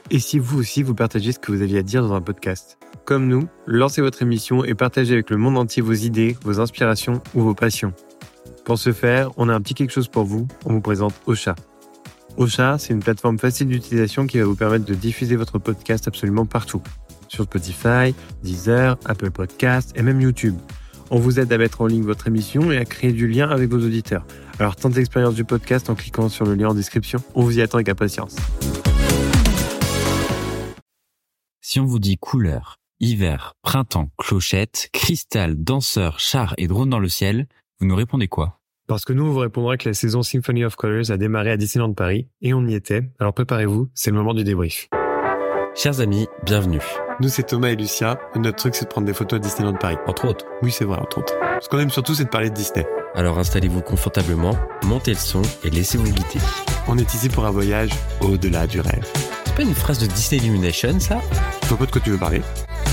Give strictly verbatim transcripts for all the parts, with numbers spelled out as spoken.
Et si vous aussi vous partagez ce que vous aviez à dire dans un podcast? Comme nous, lancez votre émission et partagez avec le monde entier vos idées, vos inspirations ou vos passions. Pour ce faire, on a un petit quelque chose pour vous, on vous présente Ocha. Ocha, c'est une plateforme facile d'utilisation qui va vous permettre de diffuser votre podcast absolument partout. Sur Spotify, Deezer, Apple Podcasts et même YouTube. On vous aide à mettre en ligne votre émission et à créer du lien avec vos auditeurs. Alors tentez l'expérience du podcast en cliquant sur le lien en description. On vous y attend avec impatience. Si on vous dit couleur, hiver, printemps, clochette, cristal, danseur, char et drone dans le ciel, vous nous répondez quoi? Parce que nous, on vous répondra que la saison Symphony of Colors a démarré à Disneyland Paris et on y était. Alors préparez-vous, c'est le moment du débrief. Chers amis, bienvenue. Nous, c'est Thomas et Lucia, et notre truc, c'est de prendre des photos à Disneyland Paris. Entre autres. Oui, c'est vrai, entre autres. Ce qu'on aime surtout, c'est de parler de Disney. Alors installez-vous confortablement, montez le son et laissez-vous guider. On est ici pour un voyage au-delà du rêve. C'est pas une phrase de Disney Illumination, ça? Je vois pas de quoi tu veux parler.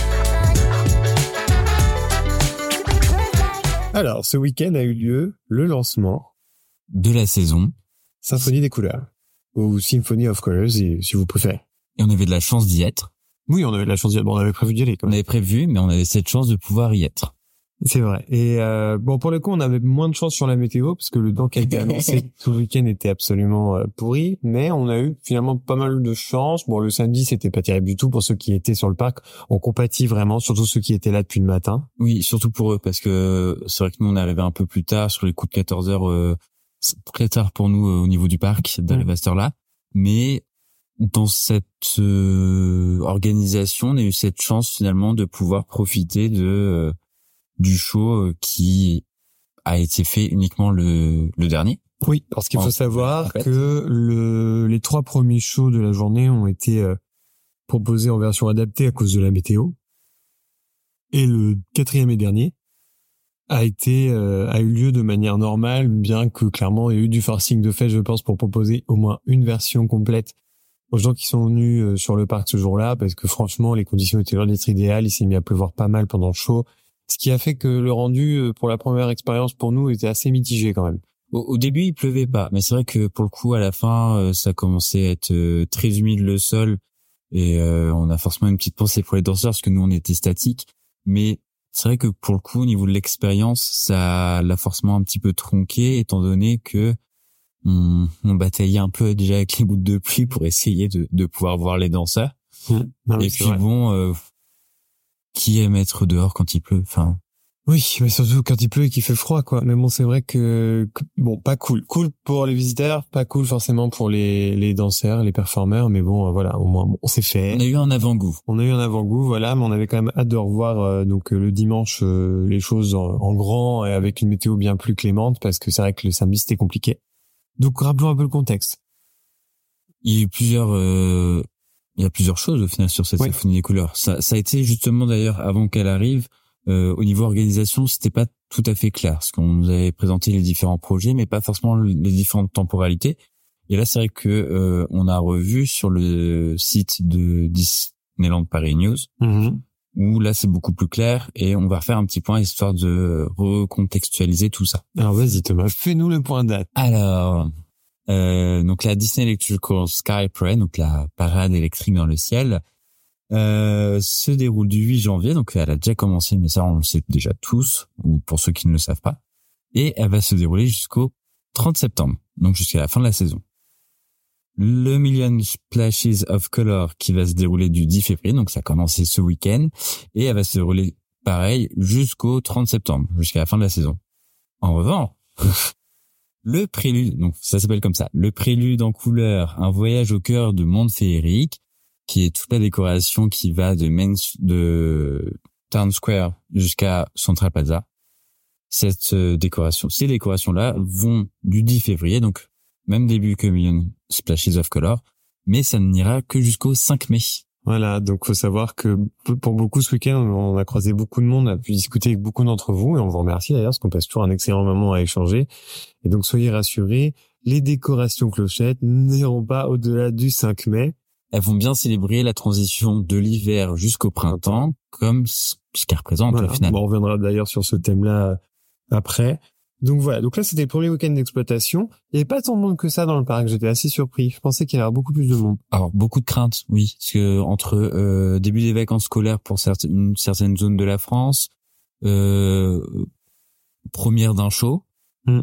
Alors, ce week-end a eu lieu le lancement de la saison Symphonie des couleurs, ou Symphony of Colors, si vous préférez. Et on avait de la chance d'y être. Oui, on avait de la chance d'y être. Bon, on avait prévu d'y aller, quand même. On avait prévu, mais on avait cette chance de pouvoir y être. C'est vrai. Et euh, bon, pour le coup, on avait moins de chance sur la météo, parce que le temps qui a été annoncé tout le week-end était absolument euh, pourri, mais on a eu finalement pas mal de chance. Bon, le samedi, c'était pas terrible du tout pour ceux qui étaient sur le parc. On compatit vraiment, surtout ceux qui étaient là depuis le matin. Oui, surtout pour eux, parce que c'est vrai que nous, on est arrivé un peu plus tard, sur les coups de quatorze heures, euh, très tard pour nous euh, au niveau du parc, d'aller à cette heure-là. Mais dans cette euh, organisation, on a eu cette chance finalement de pouvoir profiter de... Euh, du show qui a été fait uniquement le, le dernier. Oui, parce qu'il faut en, savoir en fait. que le, les trois premiers shows de la journée ont été euh, proposés en version adaptée à cause de la météo. Et le quatrième et dernier a été euh, a eu lieu de manière normale, bien que clairement il y a eu du forcing de fait, je pense, pour proposer au moins une version complète aux gens qui sont venus euh, sur le parc ce jour-là, parce que franchement, les conditions étaient loin d'être idéales. Il s'est mis à pleuvoir pas mal pendant le show. Ce qui a fait que le rendu pour la première expérience pour nous était assez mitigé quand même. Au, au début, il pleuvait pas, mais c'est vrai que pour le coup, à la fin, ça commençait à être très humide le sol et euh, on a forcément une petite pensée pour les danseurs parce que nous, on était statiques. Mais c'est vrai que pour le coup, au niveau de l'expérience, ça l'a forcément un petit peu tronqué étant donné que on, on bataillait un peu déjà avec les gouttes de pluie pour essayer de, de pouvoir voir les danseurs. Mmh. Non, et puis vrai. bon... Euh, qui aime être dehors quand il pleut, enfin. Oui, mais surtout quand il pleut et qu'il fait froid, quoi. Mais bon, c'est vrai que, bon, pas cool. Cool pour les visiteurs, pas cool forcément pour les, les danseurs, les performeurs, mais bon, voilà, au moins, bon, on s'est fait. On a eu un avant-goût. On a eu un avant-goût, voilà, mais on avait quand même hâte de revoir, euh, donc, euh, le dimanche, euh, les choses en, en grand et avec une météo bien plus clémente, parce que c'est vrai que le samedi, c'était compliqué. Donc, rappelons un peu le contexte. Il y a eu plusieurs, euh... Il y a plusieurs choses au final sur cette oui. Symphonie des couleurs. Ça, ça a été justement d'ailleurs avant qu'elle arrive, euh, au niveau organisation, c'était pas tout à fait clair, parce qu'on nous avait présenté les différents projets, mais pas forcément les différentes temporalités. Et là, c'est vrai que euh, on a revu sur le site de Disneyland Paris News, mm-hmm. où là c'est beaucoup plus clair, et on va refaire un petit point histoire de recontextualiser tout ça. Alors vas-y Thomas, fais-nous le point date. Alors. Euh, donc la Disney Electrical Sky Parade, donc la parade électrique dans le ciel, euh, se déroule du huit janvier, donc elle a déjà commencé, mais ça on le sait déjà tous, ou pour ceux qui ne le savent pas, et elle va se dérouler jusqu'au trente septembre, donc jusqu'à la fin de la saison. Le Million Splashes of Color qui va se dérouler du dix février, donc ça a commencé ce week-end, et elle va se dérouler pareil jusqu'au trente septembre, jusqu'à la fin de la saison. En revanche, le prélude, donc ça s'appelle comme ça, le prélude en couleur, un voyage au cœur de monde féerique, qui est toute la décoration qui va de Main, de Town Square jusqu'à Central Plaza. Cette euh, décoration, ces décorations-là vont du dix février, donc même début que Million Splashes of Color, mais ça n'ira que jusqu'au cinq mai. Voilà, donc faut savoir que pour beaucoup ce week-end, on a croisé beaucoup de monde, on a pu discuter avec beaucoup d'entre vous, et on vous remercie d'ailleurs, parce qu'on passe toujours un excellent moment à échanger. Et donc soyez rassurés, les décorations clochettes n'iront pas au-delà du cinq mai. Elles vont bien célébrer la transition de l'hiver jusqu'au printemps, comme ce qu'elles représentent voilà. au final. Bon, on reviendra d'ailleurs sur ce thème-là après. Donc voilà, donc là c'était le premier week-end d'exploitation. Il n'y avait pas tant de monde que ça dans le parc, j'étais assez surpris. Je pensais qu'il y avait beaucoup plus de monde. Alors beaucoup de craintes, oui, parce que entre euh, début des vacances scolaires pour certaines, une certaine zone de la France, euh, première d'un show mm.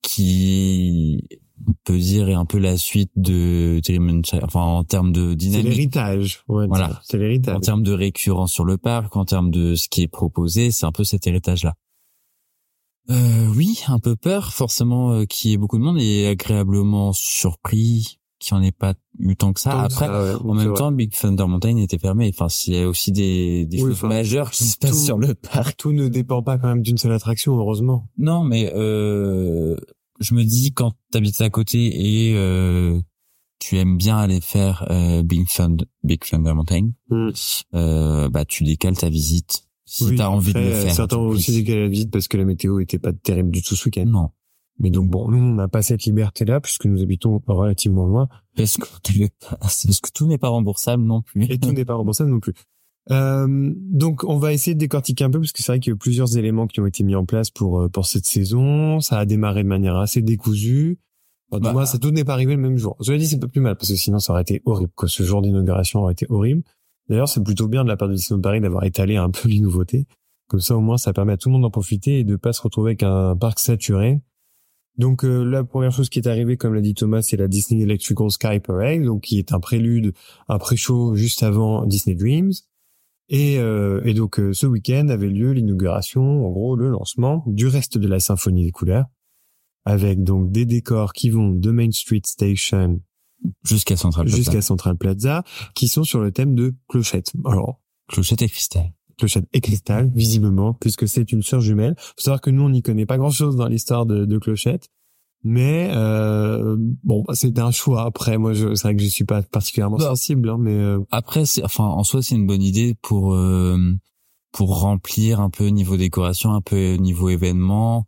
qui on peut dire est un peu la suite de Dreamcatcher, enfin en termes de dynamique. C'est l'héritage, ouais. Voilà, c'est l'héritage. En termes de récurrence sur le parc, en termes de ce qui est proposé, c'est un peu cet héritage-là. Euh, oui, un peu peur, forcément, euh, qu'il y ait beaucoup de monde et agréablement surpris qu'il n'y en ait pas eu tant que ça. Tant Après, ça, ouais, en même vrai. temps, Big Thunder Mountain était fermé. Enfin, il y a aussi des, des oui, choses enfin, majeures qui se passent tout, sur le parc. Tout ne dépend pas quand même d'une seule attraction, heureusement. Non, mais euh, je me dis, quand t'habites à côté et euh, tu aimes bien aller faire euh, Big Thunder, Big Thunder Mountain, mm. euh, bah tu décales ta visite. Si oui, t'as envie après, de le faire. Certains ont aussi décalé la visite parce que la météo était pas terrible du tout ce week-end. Non. Mais donc bon, nous on n'a pas cette liberté-là puisque nous habitons relativement loin. Parce que, parce que tout n'est pas remboursable non plus. Et tout n'est pas remboursable non plus. Euh, donc on va essayer de décortiquer un peu parce que c'est vrai qu'il y a eu plusieurs éléments qui ont été mis en place pour pour cette saison. Ça a démarré de manière assez décousue. Enfin, bah, moi, ça tout n'est pas arrivé le même jour. Je l'ai dit, c'est pas plus mal parce que sinon ça aurait été horrible. Quoi. Ce jour d'inauguration aurait été horrible. D'ailleurs, c'est plutôt bien de la part de Disneyland Paris d'avoir étalé un peu les nouveautés. Comme ça, au moins, ça permet à tout le monde d'en profiter et de pas se retrouver avec un parc saturé. Donc, euh, la première chose qui est arrivée, comme l'a dit Thomas, c'est la Disney Electrical Sky Parade, donc qui est un prélude, un pré-show juste avant Disney Dreams. Et, euh, et donc, euh, ce week-end avait lieu l'inauguration, en gros, le lancement du reste de la Symphonie des couleurs, avec donc des décors qui vont de Main Street Station jusqu'à Central Plaza. jusqu'à Central Plaza, qui sont sur le thème de Clochette. Alors, Clochette et Cristal. Clochette et Cristal, visiblement, puisque c'est une sœur jumelle. Faut savoir que nous, on n'y connaît pas grand-chose dans l'histoire de, de Clochette, mais euh, bon, c'était un choix. Après, moi, je, c'est vrai que je suis pas particulièrement bah, sensible, hein, mais euh... après, c'est, enfin, en soi, c'est une bonne idée pour euh, pour remplir un peu niveau décoration, un peu niveau événement.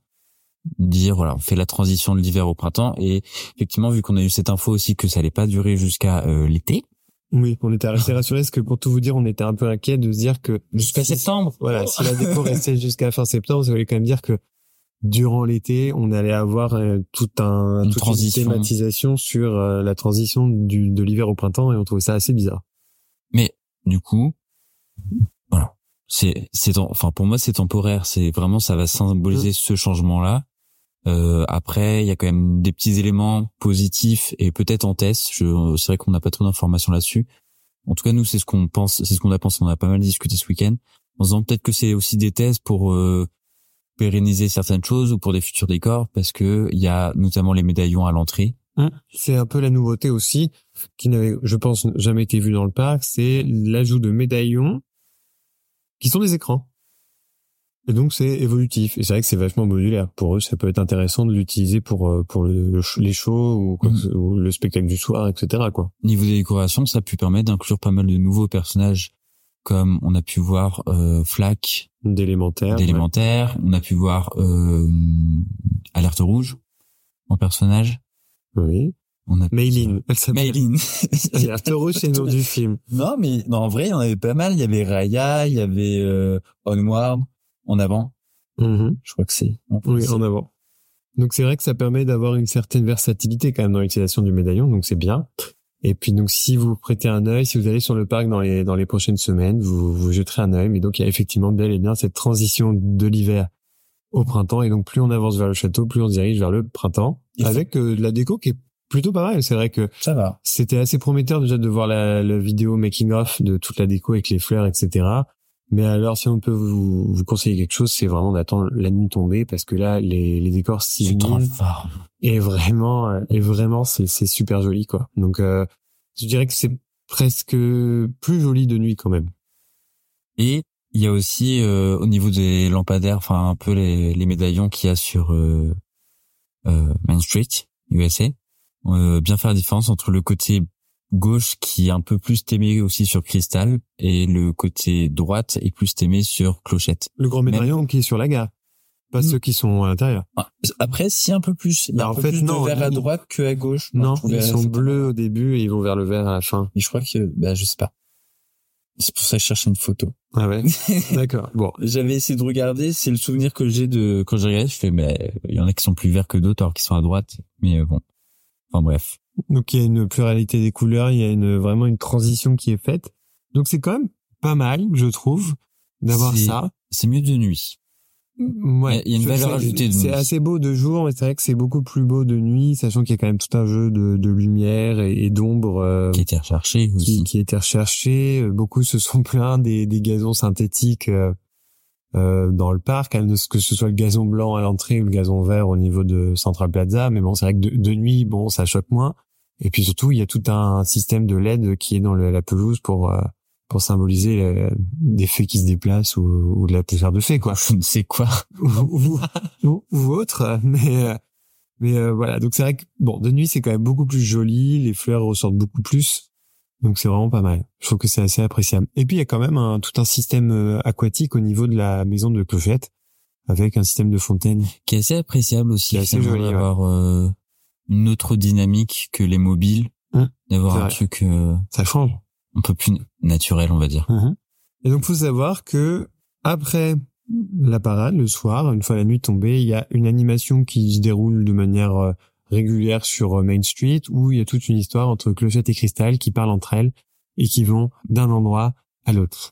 Dire voilà, on fait la transition de l'hiver au printemps et effectivement, vu qu'on a eu cette info aussi que ça allait pas durer jusqu'à euh, l'été. Oui, on était resté rassurés parce que pour tout vous dire, on était un peu inquiets de se dire que jusqu'à si, septembre. Voilà, si la déco restait jusqu'à fin septembre, ça voulait quand même dire que durant l'été, on allait avoir euh, tout un une toute transition. une thématisation sur euh, la transition du de l'hiver au printemps et on trouvait ça assez bizarre. Mais du coup, voilà, c'est c'est enfin pour moi c'est temporaire, c'est vraiment ça va symboliser mmh. ce changement-là. Euh, après, il y a quand même des petits éléments positifs et peut-être en test. Je, c'est vrai qu'on n'a pas trop d'informations là-dessus. En tout cas, nous, c'est ce qu'on pense, c'est ce qu'on a pensé. On a pas mal discuté ce week-end en disant peut-être que c'est aussi des tests pour euh, pérenniser certaines choses ou pour des futurs décors, parce que il y a notamment les médaillons à l'entrée. Mmh. C'est un peu la nouveauté aussi qui n'avait, je pense, jamais été vue dans le parc. C'est l'ajout de médaillons qui sont des écrans. Et donc c'est évolutif et c'est vrai que c'est vachement modulaire. Pour eux, ça peut être intéressant de l'utiliser pour pour le, le, les shows ou, quoi, mmh. ou le spectacle du soir, et cetera. Quoi. Niveau des décorations, ça a pu permettre d'inclure pas mal de nouveaux personnages, comme on a pu voir euh, Flack, d'élémentaire, d'élémentaire. Ouais. On a pu voir euh, Alerte Rouge en personnage. Oui. On a Maylin, elle s'appelle. Maylin. Alerte Rouge, c'est le nom du film. Non, mais non, en vrai, il y en avait pas mal. Il y avait Raya, il y avait euh, Onward. En avant, mmh. je crois que c'est. En oui, c'est... en avant. Donc c'est vrai que ça permet d'avoir une certaine versatilité quand même dans l'utilisation du médaillon, donc c'est bien. Et puis donc si vous prêtez un œil, si vous allez sur le parc dans les dans les prochaines semaines, vous vous jeterez un œil. Mais donc il y a effectivement bel et bien cette transition de l'hiver au printemps, et donc plus on avance vers le château, plus on se dirige vers le printemps, et avec euh, de la déco qui est plutôt pas mal. C'est vrai que ça va. C'était assez prometteur déjà de voir la, la vidéo making of de toute la déco avec les fleurs, et cetera. Mais alors, si on peut vous, vous conseiller quelque chose, c'est vraiment d'attendre la nuit tombée, parce que là, les, les décors s'illuminent. Et vraiment, et vraiment, c'est, c'est super joli, quoi. Donc, euh, je dirais que c'est presque plus joli de nuit, quand même. Et il y a aussi, euh, au niveau des lampadaires, enfin, un peu les, les médaillons qu'il y a sur, euh, euh, Main Street, U S A. Euh, bien faire la différence entre le côté gauche qui est un peu plus témé aussi sur Cristal et le côté droite est plus témé sur Clochette. Le grand médaillon Même... qui est sur la gare, pas mmh. ceux qui sont à l'intérieur. Après, si un peu plus, il y a bah, un en peu fait, plus non, de vert à droite que à gauche. Non, non ils sont bleus au début et ils vont vers le vert à la fin. Et je crois que, bah, je sais pas. C'est pour ça que je cherche une photo. Ah ouais. D'accord. Bon. J'avais essayé de regarder, c'est le souvenir que j'ai de quand j'ai regardé, je fais mais il y en a qui sont plus verts que d'autres alors qu'ils sont à droite, mais bon. Enfin bref. Donc il y a une pluralité des couleurs, il y a une vraiment une transition qui est faite. Donc c'est quand même pas mal, je trouve, d'avoir c'est, ça. C'est mieux de nuit. Ouais. Il y a une valeur c'est, ajoutée de nuit. C'est assez beau de jour, mais c'est vrai que c'est beaucoup plus beau de nuit, sachant qu'il y a quand même tout un jeu de, de lumière et, et d'ombre euh, qui était recherché aussi. Qui, qui était recherché. Beaucoup se sont plaints des, des gazons synthétiques euh, euh, dans le parc, que ce soit le gazon blanc à l'entrée ou le gazon vert au niveau de Central Plaza. Mais bon, c'est vrai que de, de nuit, bon, ça choque moins. Et puis surtout, il y a tout un système de L E D qui est dans le, la pelouse pour euh, pour symboliser euh, des fées qui se déplacent ou, ou de la poussière de fées, quoi. Je ne sais quoi. ou, ou, ou, ou autre, mais euh, mais euh, voilà. Donc c'est vrai que bon, de nuit c'est quand même beaucoup plus joli, les fleurs ressortent beaucoup plus, donc c'est vraiment pas mal. Je trouve que c'est assez appréciable. Et puis il y a quand même un, tout un système euh, aquatique au niveau de la maison de Clochette, avec un système de fontaine qui est assez appréciable aussi. Qui est assez joli, d'avoir ouais. euh, une autre dynamique que les mobiles, mmh, d'avoir un vrai. truc euh, ça change. Un peu plus naturel, on va dire. Mmh. Et donc, faut savoir que après la parade, le soir, une fois la nuit tombée, il y a une animation qui se déroule de manière euh, régulière sur euh, Main Street, où il y a toute une histoire entre Clochette et Cristal qui parlent entre elles et qui vont d'un endroit à l'autre.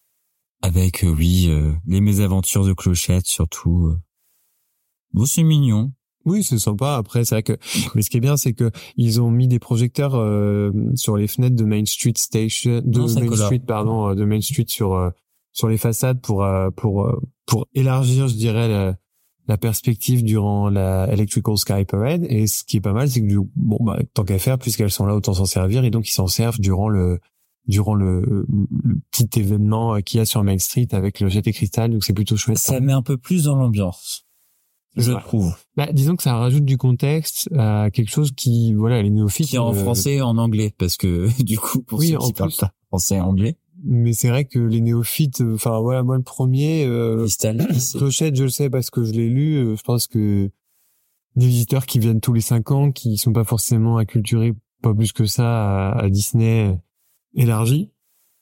Avec, euh, oui, euh, les mésaventures de Clochette, surtout. Euh... Bon, c'est mignon. Oui, c'est sympa. Après, c'est vrai que, mais ce qui est bien, c'est que ils ont mis des projecteurs euh, sur les fenêtres de Main Street Station, de non, Main Street, pardon, de Main Street sur euh, sur les façades pour euh, pour euh, pour élargir, je dirais, la, la perspective durant la Electrical Sky Parade. Et ce qui est pas mal, c'est que du, bon, bah, tant qu'à faire, puisqu'elles sont là, autant s'en servir. Et donc, ils s'en servent durant le durant le, le petit événement qu'il y a sur Main Street avec le Jet et Cristal. Donc, c'est plutôt chouette. Ça met un peu plus dans l'ambiance. Je ouais. trouve. Bah, disons que ça rajoute du contexte à quelque chose qui, voilà, les néophytes. Qui est en euh... français et en anglais, parce que, du coup, pour oui, ceux qui parlent pas français et anglais. Mais c'est vrai que les néophytes, enfin, euh, voilà, moi, le premier, euh, Cristal, Clochette, je le sais parce que je l'ai lu, euh, je pense que des visiteurs qui viennent tous les cinq ans, qui sont pas forcément acculturés, pas plus que ça, à, à Disney élargi,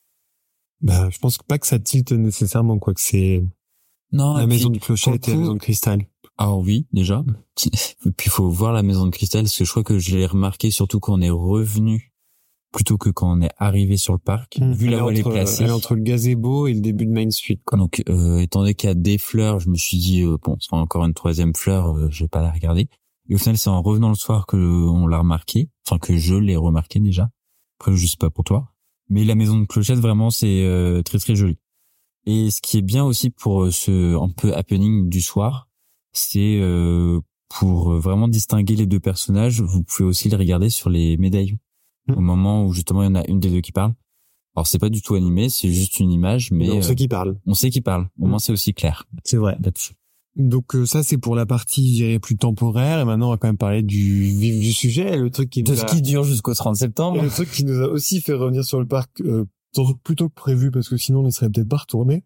bah, je pense pas que ça tilte nécessairement, quoi, que c'est non, la maison puis, de Clochette coup, et la maison de Cristal. Ah oui, déjà. Puis il faut voir la maison de Cristal, parce que je crois que je l'ai remarqué surtout quand on est revenu, plutôt que quand on est arrivé sur le parc, mmh, vu là où elle est placée. Elle est entre le gazebo et le début de Main Street, quoi. Donc, euh, étant donné qu'il y a des fleurs, je me suis dit, euh, bon, c'est encore une troisième fleur, euh, je vais pas la regarder. Et au final, c'est en revenant le soir que on l'a remarqué, enfin que je l'ai remarqué déjà. Après, je sais pas pour toi. Mais la maison de Clochette, vraiment, c'est euh, très très joli. Et ce qui est bien aussi pour ce un peu happening du soir, c'est euh, pour vraiment distinguer les deux personnages, vous pouvez aussi les regarder sur les médaillons. Mmh. Au moment où justement il y en a une des deux qui parle. Alors c'est pas du tout animé, c'est juste une image, mais, mais on euh, sait qui parle. On sait qui parle. Au mmh. moins c'est aussi clair. C'est vrai. Donc euh, ça c'est pour la partie, je dirais, plus temporaire. Et maintenant on va quand même parler du vif du sujet, le truc qui de ce a... qui dure jusqu'au trente septembre. Et le truc qui nous a aussi fait revenir sur le parc euh, plutôt que prévu, parce que sinon on ne serait peut-être pas retourné.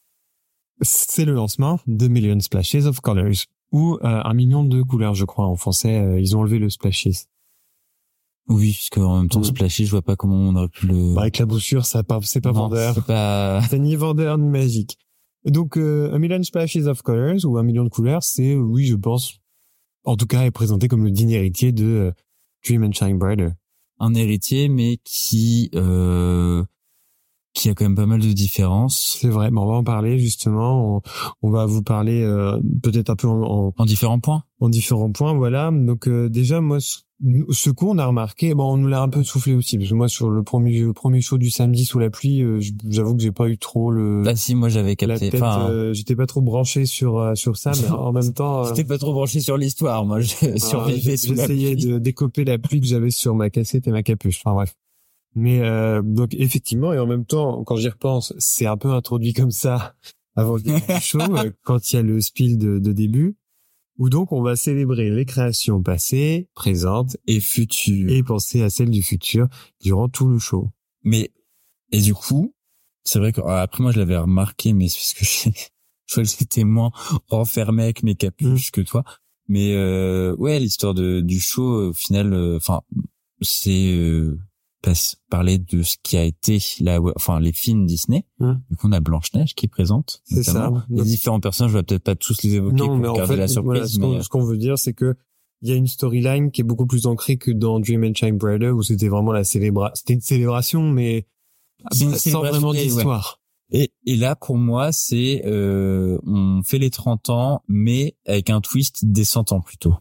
C'est le lancement de Million Splashes of Colors, ou euh, un million de couleurs, je crois, en français. Euh, ils ont enlevé le Splashes. Oui, parce qu'en même temps, mmh. Splashes, je vois pas comment on aurait pu le... Bah, avec la boussure, ça pas, c'est pas non, vendeur. C'est pas... c'est ni vendeur, ni magique. Donc, euh, A Million Splashes of Colors, ou un million de couleurs, c'est, oui, je pense, en tout cas, est présenté comme le digne héritier de euh, Dream and Shine Brighter. Un héritier, mais qui... Euh... qui a quand même pas mal de différences. C'est vrai, mais on va en parler justement. On, on va vous parler euh, peut-être un peu en, en, en différents points. En différents points, voilà. Donc euh, déjà, moi, ce, ce qu'on a remarqué, bon, on nous l'a un peu soufflé aussi, parce que moi, sur le premier, le premier show du samedi sous la pluie, euh, j'avoue que j'ai pas eu trop le. Bah si, moi j'avais capté. La tête, enfin, euh, j'étais pas trop branché sur euh, sur ça, mais en même temps. Euh, j'étais pas trop branché sur l'histoire, moi. Je survivais sous la pluie. J'essayais de décoper la pluie que j'avais sur ma cassette et ma capuche. Enfin bref. Mais euh, donc effectivement, et en même temps, quand j'y repense, c'est un peu introduit comme ça avant le début du show, euh, quand il y a le spiel de, de début, où donc on va célébrer les créations passées, présentes et futures, et penser à celles du futur durant tout le show. Mais et du coup, c'est vrai que après moi je l'avais remarqué, mais c'est parce que je, je crois que j'étais moins renfermé avec mes capuches mmh. que toi. Mais euh, ouais, l'histoire de du show, au final, enfin, euh, c'est euh, passe, parler de ce qui a été la, enfin les films Disney. Mmh. Du coup, on a Blanche-Neige qui est présente. C'est ça. Les différents personnages, je vais peut-être pas tous les évoquer non, pour garder en fait, la surprise. Voilà, ce, qu'on, mais... ce qu'on veut dire, c'est que il y a une storyline qui est beaucoup plus ancrée que dans Dream and Shine Brighter, où c'était vraiment la célébration. C'était une célébration, mais une sans vraiment d'histoire. Ouais. Et, et là, pour moi, c'est euh, on fait les trente ans, mais avec un twist des cent ans plutôt.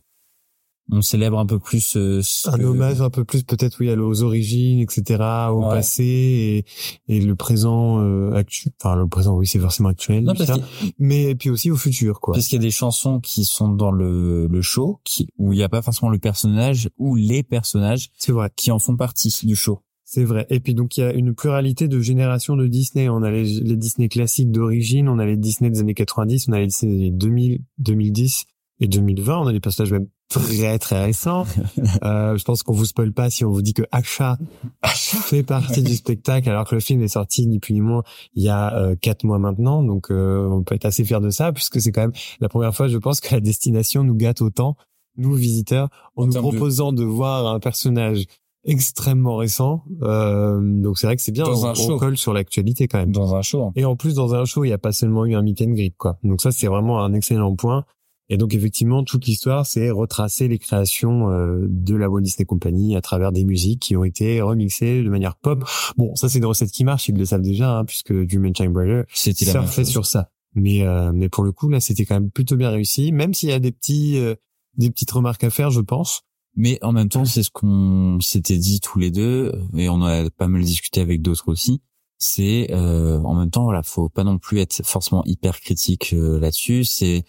On célèbre un peu plus euh, un que... hommage un peu plus peut-être oui aux origines, et cetera, au ouais. passé et, et le présent euh, actuel. Enfin le présent, oui, c'est forcément actuel, non, ça. Mais puis aussi au futur, quoi. Parce qu'il y a des chansons qui sont dans le le show, qui où il n'y a pas forcément le personnage ou les personnages. C'est vrai. Qui en font partie du show. C'est vrai. Et puis donc il y a une pluralité de générations de Disney. On a les, les Disney classiques d'origine, on a les Disney des années quatre-vingt-dix, on a les Disney des deux mille, deux mille dix et deux mille vingt. On a des personnages même très très récents. euh, je pense qu'on vous spoil pas si on vous dit que Asha fait partie du spectacle, alors que le film est sorti ni plus ni moins il y a euh, quatre mois maintenant. Donc euh, on peut être assez fier de ça, puisque c'est quand même la première fois, je pense, que la destination nous gâte autant, nous visiteurs, en, en nous proposant de... de voir un personnage extrêmement récent. Euh, donc c'est vrai que c'est bien, dans on, un show. On colle sur l'actualité quand même. Dans un show. Et en plus dans un show, il n'y a pas seulement eu un meet and greet, quoi. Donc ça c'est vraiment un excellent point. Et donc effectivement, toute l'histoire, c'est retracer les créations euh, de la Walt Disney Company à travers des musiques qui ont été remixées de manière pop. Bon, ça c'est une recette qui marche, ils le savent déjà, hein, puisque Dream and Shine Brighter surfait sur ça. Mais euh, mais pour le coup là, c'était quand même plutôt bien réussi, même s'il y a des petits euh, des petites remarques à faire, je pense. Mais en même temps, c'est ce qu'on s'était dit tous les deux, et on a pas mal discuté avec d'autres aussi. C'est euh, en même temps, voilà, faut pas non plus être forcément hyper critique euh, là-dessus. C'est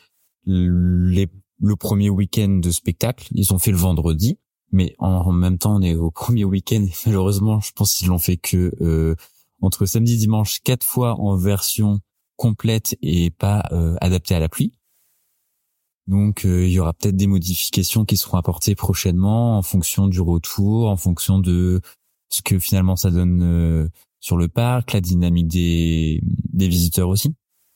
Les, le premier week-end de spectacle, ils ont fait le vendredi, mais en, en même temps on est au premier week-end et malheureusement je pense qu'ils l'ont fait que euh, entre samedi et dimanche quatre fois en version complète et pas euh, adaptée à la pluie. Donc euh, il y aura peut-être des modifications qui seront apportées prochainement en fonction du retour, en fonction de ce que finalement ça donne euh, sur le parc, la dynamique des des visiteurs aussi.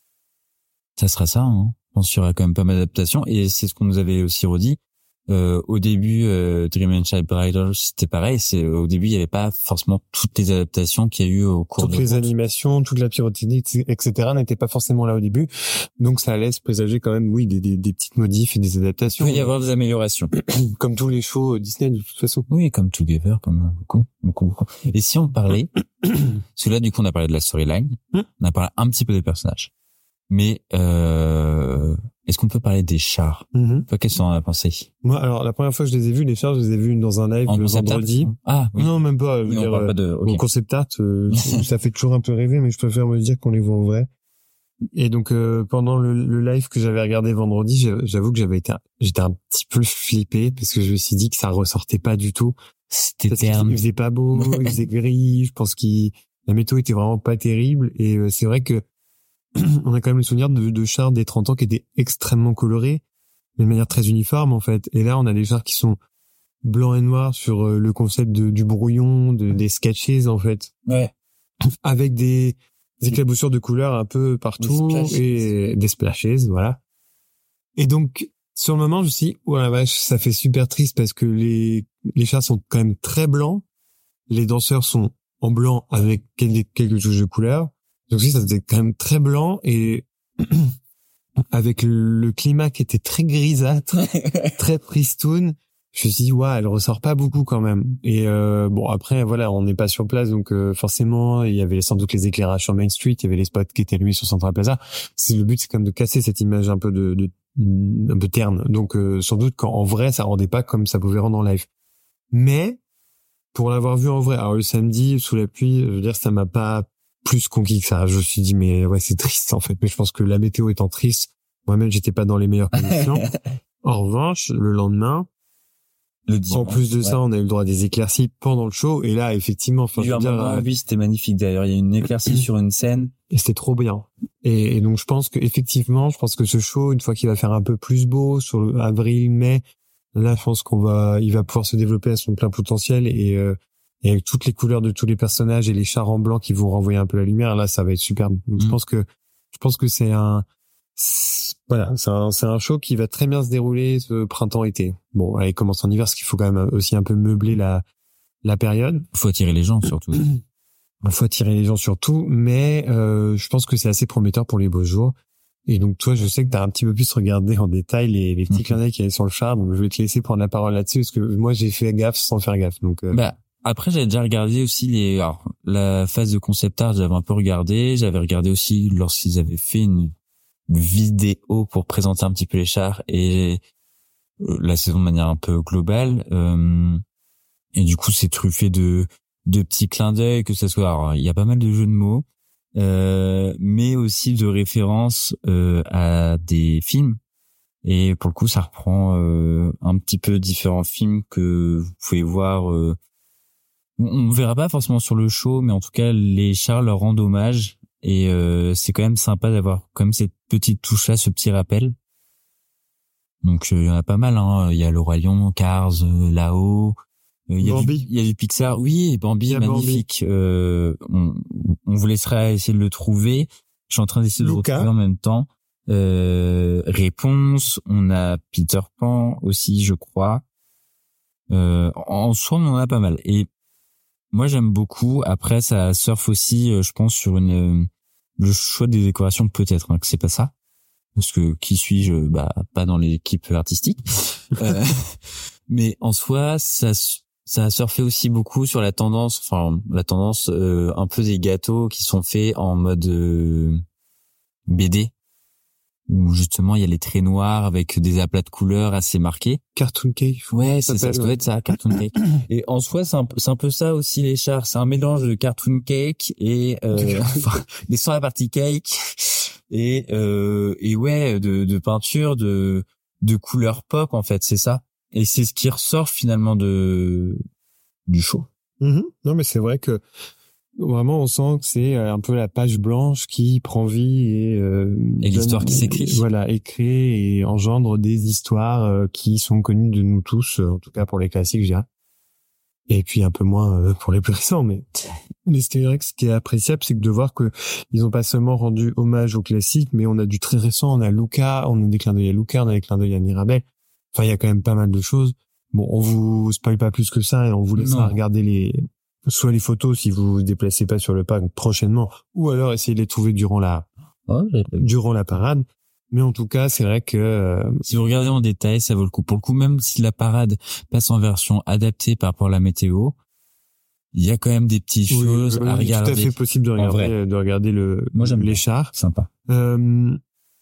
Ça sera ça, hein. Je pense qu'il y aura quand même pas mal d'adaptations, et c'est ce qu'on nous avait aussi redit. Euh, au début, euh, Dream and Shine Brighter, c'était pareil. C'est au début, il y avait pas forcément toutes les adaptations qu'il y a eu au cours toutes de les route. Animations, toute la pyrotechnique, et cetera, n'étaient pas forcément là au début. Donc ça laisse présager quand même, oui, des, des, des petites modifs et des adaptations. Il peut y avoir des améliorations, comme tous les shows Disney de toute façon. Oui, comme Together, comme beaucoup, beaucoup, beaucoup. Et si on parlait, parce que là, du coup, on a parlé de la storyline, on a parlé un petit peu des personnages. Mais euh, est-ce qu'on peut parler des chars? Mm-hmm. Toi, qu'est-ce que tu en as pensé? Moi, alors la première fois que je les ai vus, les chars, je les ai vus dans un live en le vendredi. Ah oui. Non, même pas. Je veux oui, dire, on parle pas de okay. Au concept art, euh, ça fait toujours un peu rêver, mais je préfère me dire qu'on les voit en vrai. Et donc euh, pendant le, le live que j'avais regardé vendredi, j'avoue que j'avais été, j'étais un petit peu flippé parce que je me suis dit que ça ressortait pas du tout. C'était terne. Il faisait pas beau, il faisait gris. Je pense qu'il la météo était vraiment pas terrible, et euh, c'est vrai que on a quand même le souvenir de, de chars des trente ans qui étaient extrêmement colorés, mais de manière très uniforme en fait. Et là, on a des chars qui sont blancs et noirs sur euh, le concept de, du brouillon, de, des sketches en fait. Ouais. Avec des, des éclaboussures de couleurs un peu partout et des splashes, voilà. Et donc, sur le moment, je me suis dit, oh la vache, ça fait super triste parce que les, les chars sont quand même très blancs. Les danseurs sont en blanc avec quelques, quelques touches de couleurs. Donc oui, ça faisait quand même très blanc, et avec le climat qui était très grisâtre, très tristoun, je me suis dit, ouais, elle ressort pas beaucoup quand même. Et euh, bon, après, voilà, on n'est pas sur place, donc euh, forcément, il y avait sans doute les éclairages sur Main Street, il y avait les spots qui étaient allumés sur Central Plaza. C'est le but, c'est quand même de casser cette image un peu de, de un peu terne. Donc euh, sans doute qu'en vrai, ça rendait pas comme ça pouvait rendre en live. Mais pour l'avoir vu en vrai, alors le samedi sous la pluie, je veux dire, ça m'a pas plus conquis que ça. Je me suis dit, mais ouais, c'est triste en fait. Mais je pense que la météo étant triste, moi-même, j'étais pas dans les meilleures conditions. En revanche, le lendemain, le dimanche, en plus de ouais. ça, on a eu le droit à des éclaircies pendant le show. Et là, effectivement, enfin, il y a eu un moment, euh, oui, c'était magnifique. D'ailleurs, il y a une éclaircie sur une scène. Et c'était trop bien. Et, et donc, je pense que effectivement, je pense que ce show, une fois qu'il va faire un peu plus beau sur le avril, mai, là, je pense qu'on va, il va pouvoir se développer à son plein potentiel, et euh, et avec toutes les couleurs de tous les personnages et les chars en blanc qui vont renvoyer un peu la lumière, là, ça va être superbe. Donc, mmh. je pense que, je pense que c'est un, c'est, voilà, c'est un, c'est un show qui va très bien se dérouler ce printemps-été. Bon, allez, commence en hiver, parce qu'il faut quand même aussi un peu meubler la, la période. Faut attirer les gens surtout. Il faut attirer les gens surtout, mais euh, je pense que c'est assez prometteur pour les beaux jours. Et donc toi, je sais que tu as un petit peu plus regardé en détail les, les petits clins d'œil qu'il y avait sur le char, donc je vais te laisser prendre la parole là-dessus parce que moi j'ai fait gaffe sans faire gaffe. Donc euh... bah après j'avais déjà regardé aussi les alors, la phase de concept art, j'avais un peu regardé, j'avais regardé aussi lorsqu'ils avaient fait une vidéo pour présenter un petit peu les chars et la saison de manière un peu globale. Euh, et du coup, c'est truffé de de petits clins d'œil, que ça soit. Alors, il y a pas mal de jeux de mots, euh, mais aussi de références euh, à des films. Et pour le coup, ça reprend euh, un petit peu différents films que vous pouvez voir. Euh, on verra pas forcément sur le show, mais en tout cas, les chars leur rendent hommage. Et euh, c'est quand même sympa d'avoir comme cette petite touche-là, ce petit rappel. Donc il euh, y en a pas mal. Hein. Il y a Le Roi Lion, Cars, euh, là-haut. Il y a Bambi. Du, il y a du Pixar, oui, Bambi, magnifique. Bambi. Euh, on, on vous laissera essayer de le trouver. Je suis en train d'essayer de le retrouver en même temps. Euh, Réponse, on a Peter Pan aussi, je crois. Euh, en soi, on en a pas mal. Et moi, j'aime beaucoup. Après, ça surfe aussi, je pense, sur une le choix des décorations, peut-être hein, que c'est pas ça. Parce que qui suis-je? Bah, pas dans l'équipe artistique. euh, mais en soi, ça ça a surfé aussi beaucoup sur la tendance, enfin la tendance euh, un peu des gâteaux qui sont faits en mode euh, B D, où justement il y a les traits noirs avec des aplats de couleurs assez marqués. Cartoon cake. Ouais, c'est ça, ça doit être ça, cartoon cake. Et en soi, c'est un, c'est un peu ça aussi les chars. C'est un mélange de cartoon cake et euh, enfin, mais sans la partie cake et euh, et ouais, de, de peinture, de de couleurs pop en fait, c'est ça. Et c'est ce qui ressort finalement de du show. Mmh. Non, mais c'est vrai que vraiment on sent que c'est un peu la page blanche qui prend vie et euh, et l'histoire donne, qui s'écrit. Voilà, et crée et engendre des histoires euh, qui sont connues de nous tous, en tout cas pour les classiques, je dirais. Et puis un peu moins euh, pour les plus récents, mais mais c'est vrai que ce qui est appréciable, c'est que de voir que ils ont pas seulement rendu hommage aux classiques, mais on a du très récent, on a Luca, on a des clins d'œil à Luca, on a des clins d'œil à Mirabel. Enfin, il y a quand même pas mal de choses. Bon, on vous spoil pas plus que ça et on vous laissera regarder les, soit les photos si vous vous déplacez pas sur le parc prochainement, ou alors essayer de les trouver durant la, oh, durant la parade. Mais en tout cas, c'est vrai que euh... si vous regardez en détail, ça vaut le coup. Pour le coup, même si la parade passe en version adaptée par rapport à la météo, il y a quand même des petites oui, choses oui, à regarder. C'est tout à fait possible de regarder, de regarder le, Moi, j'aime les bien. chars. Sympa. Euh,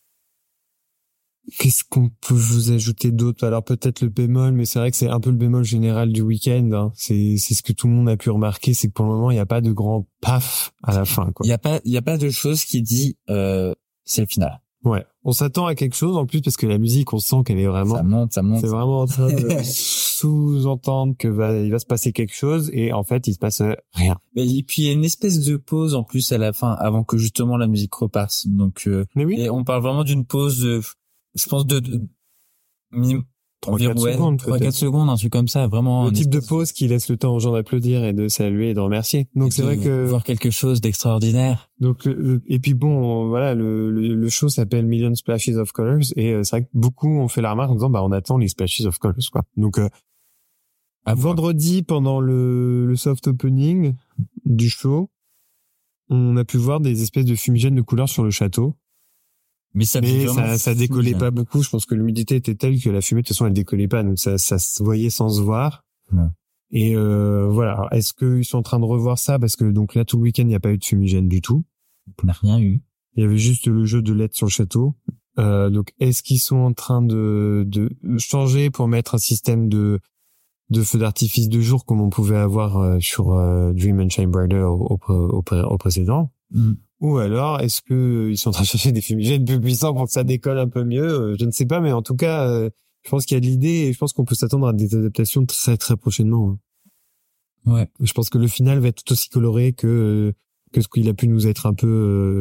Qu'est-ce qu'on peut vous ajouter d'autre? Alors peut-être le bémol, mais c'est vrai que c'est un peu le bémol général du week-end. Hein. C'est c'est ce que tout le monde a pu remarquer, c'est que pour le moment il n'y a pas de grand paf à la fin. Quoi. Il y a pas il y a pas de chose qui dit euh, c'est le final. Ouais, on s'attend à quelque chose en plus parce que la musique, on sent qu'elle est vraiment. Ça monte, ça monte. C'est vraiment en train de sous-entendre que va il va se passer quelque chose et en fait il se passe rien. Et puis il y a une espèce de pause en plus à la fin avant que justement la musique repasse. Donc euh, mais oui. Et on parle vraiment d'une pause. De, je pense de, de minimum trois quatre secondes, trois quatre secondes, un truc comme ça, vraiment. Le type de pause qui laisse le temps aux gens d'applaudir et de saluer et de remercier. Donc et c'est vrai que voir quelque chose d'extraordinaire. Donc le, et puis bon, voilà, le, le, le show s'appelle Million Splashes of Colors et euh, c'est vrai que beaucoup ont fait la remarque en disant bah on attend les Splashes of Colors quoi. Donc euh, à vendredi pendant le, le soft opening du show, on a pu voir des espèces de fumigènes de couleurs sur le château. Mais ça, mais ça, ça décollait pas beaucoup. Je pense que l'humidité était telle que la fumée, de toute façon, elle décollait pas. Donc ça, ça se voyait sans se voir. Ouais. Et euh, voilà. Alors, est-ce qu'ils sont en train de revoir ça? Parce que donc là, tout le week-end, il n'y a pas eu de fumigène du tout. On n'a rien eu. Il y avait juste le jeu de L E D sur le château. Euh, donc, est-ce qu'ils sont en train de, de changer pour mettre un système de de feux d'artifice de jour comme on pouvait avoir sur euh, Dream and Shine Brighter au, au, au, au précédent? Mm. Ou alors, est-ce que ils sont en train de chercher des fumigènes plus puissants pour que ça décolle un peu mieux? Je ne sais pas, mais en tout cas, euh, je pense qu'il y a de l'idée et je pense qu'on peut s'attendre à des adaptations très très prochainement. Ouais. Je pense que le final va être tout aussi coloré que que ce qu'il a pu nous être un peu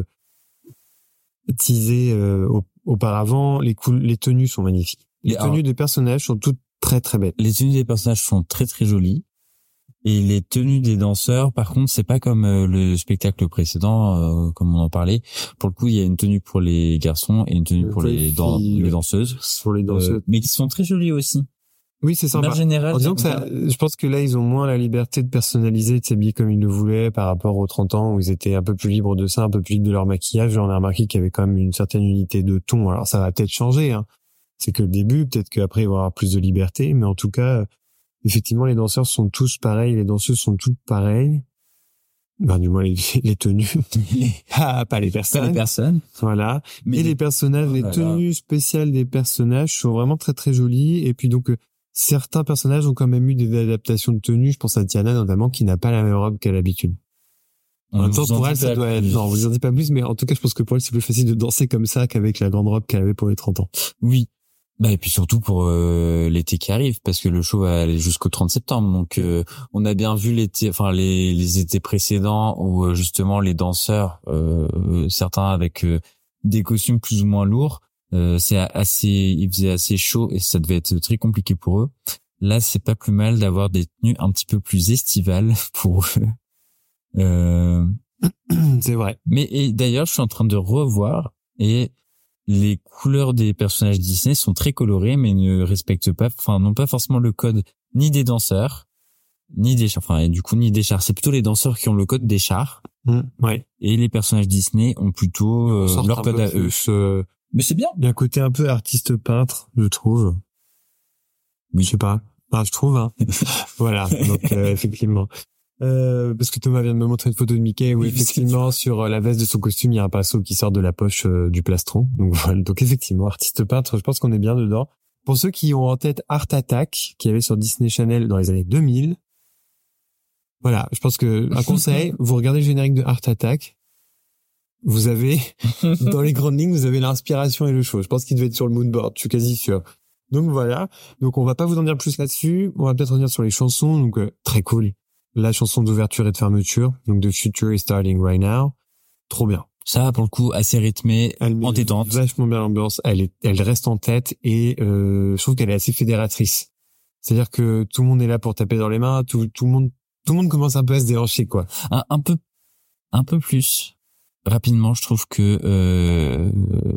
euh, teasé euh, auparavant. Les cool, les tenues sont magnifiques. Les, les tenues alors, des personnages sont toutes très très belles. Les tenues des personnages sont très très jolies. Et les tenues des danseurs, par contre, c'est pas comme euh, le spectacle précédent, euh, comme on en parlait. Pour le coup, il y a une tenue pour les garçons et une tenue pour les, dan- les danseuses. Pour les danseuses. Euh, mais qui sont très jolies aussi. Oui, c'est sympa. En général, en disant que ça, je pense que là, ils ont moins la liberté de personnaliser, de s'habiller comme ils le voulaient par rapport aux trente ans où ils étaient un peu plus libres de ça, un peu plus libres de leur maquillage. On a remarqué qu'il y avait quand même une certaine unité de ton. Alors, ça va peut-être changer, hein. C'est que le début, peut-être qu'après, ils vont avoir plus de liberté. Mais en tout cas, effectivement, les danseurs sont tous pareils, les danseuses sont toutes pareilles. Ben, du moins, les, les tenues. ah, pas les personnes. Pas les personnes. Voilà. Mais et les personnages, oh les tenues là. spéciales des personnages sont vraiment très, très jolies. Et puis, donc, certains personnages ont quand même eu des adaptations de tenues. Je pense à Tiana, notamment, qui n'a pas la même robe qu'à l'habitude. En même temps, pour elle, ça doit être... Non, vous en dites pas plus, mais en tout cas, je pense que pour elle, c'est plus facile de danser comme ça qu'avec la grande robe qu'elle avait pour les trente ans. Oui. Bah, et puis surtout pour euh, l'été qui arrive, parce que le show va aller jusqu'au trente septembre. Donc, euh, on a bien vu l'été, enfin les, les étés précédents où euh, justement les danseurs, euh, certains avec euh, des costumes plus ou moins lourds, euh, c'est assez, il faisait assez chaud et ça devait être très compliqué pour eux. Là, c'est pas plus mal d'avoir des tenues un petit peu plus estivales pour eux. Euh... C'est vrai. Mais et d'ailleurs, je suis en train de revoir et les couleurs des personnages Disney sont très colorées, mais ne respectent pas, enfin, n'ont pas forcément le code ni des danseurs, ni des chars. Enfin, et du coup, ni des chars. C'est plutôt les danseurs qui ont le code des chars. Mmh, ouais. Et les personnages Disney ont plutôt euh, leur code à eux. Euh, mais c'est bien. Il y a un côté un peu artiste peintre, je trouve. Oui. Je sais pas. Enfin, je trouve, hein. Voilà. Donc, euh, effectivement. Euh, parce que Thomas vient de me montrer une photo de Mickey où oui, effectivement sur la veste de son costume il y a un pinceau qui sort de la poche euh, du plastron. Donc voilà, donc effectivement artiste peintre, je pense qu'on est bien dedans. Pour ceux qui ont en tête Art Attack qui avait sur Disney Channel dans les années deux mille, voilà, je pense que un conseil, vous regardez le générique de Art Attack, vous avez dans les grandes lignes vous avez l'inspiration et le show. Je pense qu'il devait être sur le moodboard, je suis quasi sûr. Donc voilà, donc on va pas vous en dire plus là-dessus, on va peut-être revenir sur les chansons. Donc euh, très cool. La chanson d'ouverture et de fermeture, donc The Future is Starting Right Now, trop bien. Ça, pour le coup, assez rythmée, entêtante. Vachement bien l'ambiance, elle est, elle reste en tête et euh, je trouve qu'elle est assez fédératrice. C'est-à-dire que tout le monde est là pour taper dans les mains, tout, tout le monde, tout le monde commence un peu à se déhancher, quoi. Un, un peu, un peu plus rapidement, je trouve que euh,